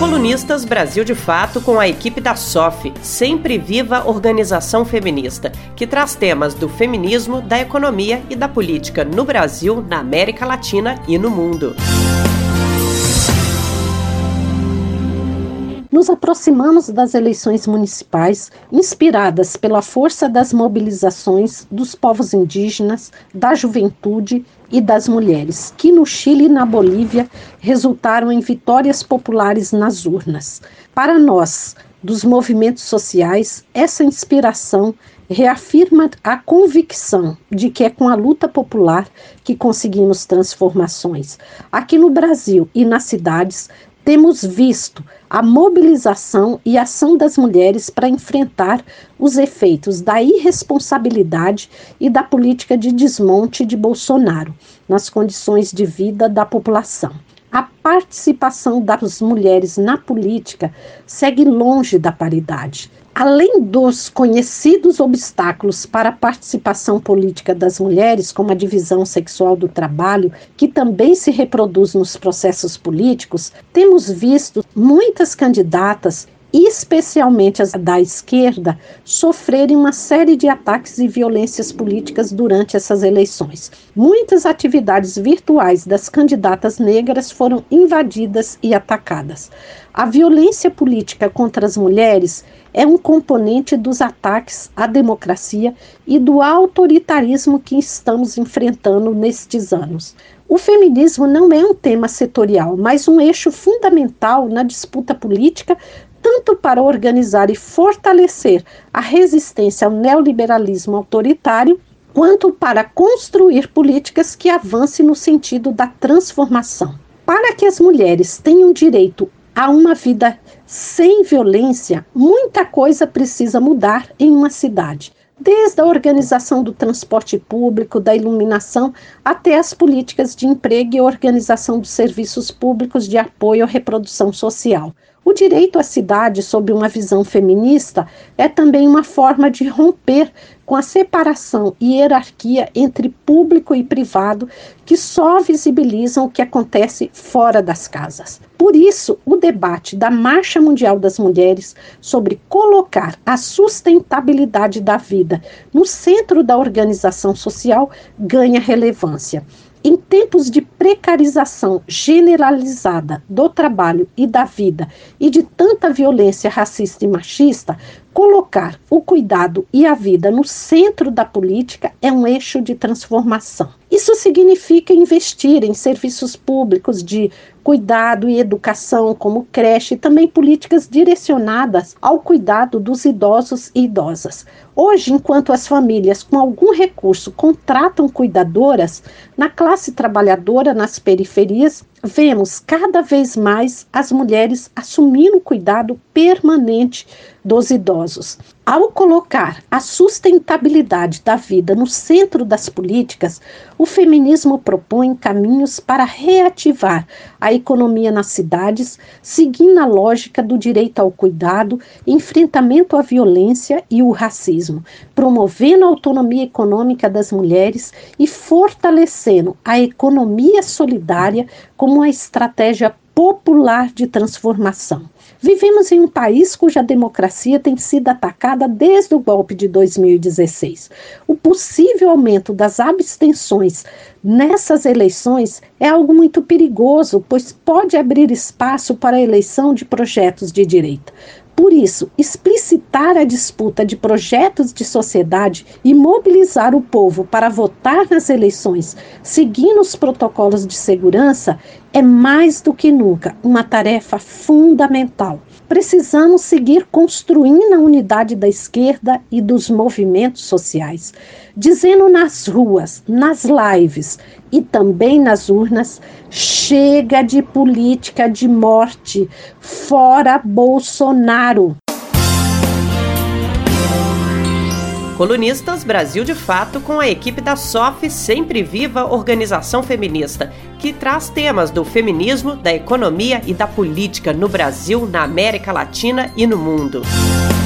Colunistas Brasil de Fato com a equipe da SOF, Sempre Viva Organização Feminista, que traz temas do feminismo, da economia e da política no Brasil, na América Latina e no mundo. Nos aproximamos das eleições municipais, inspiradas pela força das mobilizações dos povos indígenas, da juventude e das mulheres, que no Chile e na Bolívia resultaram em vitórias populares nas urnas. Para nós, dos movimentos sociais, essa inspiração reafirma a convicção de que é com a luta popular que conseguimos transformações. Aqui no Brasil e nas cidades, temos visto a mobilização e ação das mulheres para enfrentar os efeitos da irresponsabilidade e da política de desmonte de Bolsonaro nas condições de vida da população. A participação das mulheres na política segue longe da paridade. Além dos conhecidos obstáculos para a participação política das mulheres, como a divisão sexual do trabalho, que também se reproduz nos processos políticos, temos visto muitas candidatas, especialmente as da esquerda, sofrerem uma série de ataques e violências políticas durante essas eleições. Muitas atividades virtuais das candidatas negras foram invadidas e atacadas. A violência política contra as mulheres é um componente dos ataques à democracia e do autoritarismo que estamos enfrentando nestes anos. O feminismo não é um tema setorial, mas um eixo fundamental na disputa política, tanto para organizar e fortalecer a resistência ao neoliberalismo autoritário, quanto para construir políticas que avancem no sentido da transformação. Para que as mulheres tenham direito a uma vida sem violência, muita coisa precisa mudar em uma cidade, desde a organização do transporte público, da iluminação, até as políticas de emprego e organização dos serviços públicos de apoio à reprodução social. O direito à cidade, sob uma visão feminista, é também uma forma de romper com a separação e hierarquia entre público e privado que só visibilizam o que acontece fora das casas. Por isso, o debate da Marcha Mundial das Mulheres sobre colocar a sustentabilidade da vida no centro da organização social ganha relevância. Em tempos de precarização generalizada do trabalho e da vida e de tanta violência racista e machista, colocar o cuidado e a vida no centro da política é um eixo de transformação. Isso significa investir em serviços públicos de cuidado e educação, como creche, e também políticas direcionadas ao cuidado dos idosos e idosas. Hoje, enquanto as famílias com algum recurso contratam cuidadoras, na classe trabalhadora, nas periferias, vemos cada vez mais as mulheres assumindo o cuidado permanente dos idosos. Ao colocar a sustentabilidade da vida no centro das políticas, o feminismo propõe caminhos para reativar a economia nas cidades, seguindo a lógica do direito ao cuidado, enfrentamento à violência e o racismo, promovendo a autonomia econômica das mulheres e fortalecendo a economia solidária como uma estratégia popular de transformação. Vivemos em um país cuja democracia tem sido atacada desde o golpe de 2016. O possível aumento das abstenções nessas eleições é algo muito perigoso, pois pode abrir espaço para a eleição de projetos de direita. Por isso, explicitar a disputa de projetos de sociedade e mobilizar o povo para votar nas eleições, seguindo os protocolos de segurança, é mais do que nunca uma tarefa fundamental. Precisamos seguir construindo a unidade da esquerda e dos movimentos sociais, dizendo nas ruas, nas lives e também nas urnas: chega de política de morte, fora Bolsonaro. Colunistas Brasil de Fato com a equipe da SOF Sempre Viva Organização Feminista, que traz temas do feminismo, da economia e da política no Brasil, na América Latina e no mundo.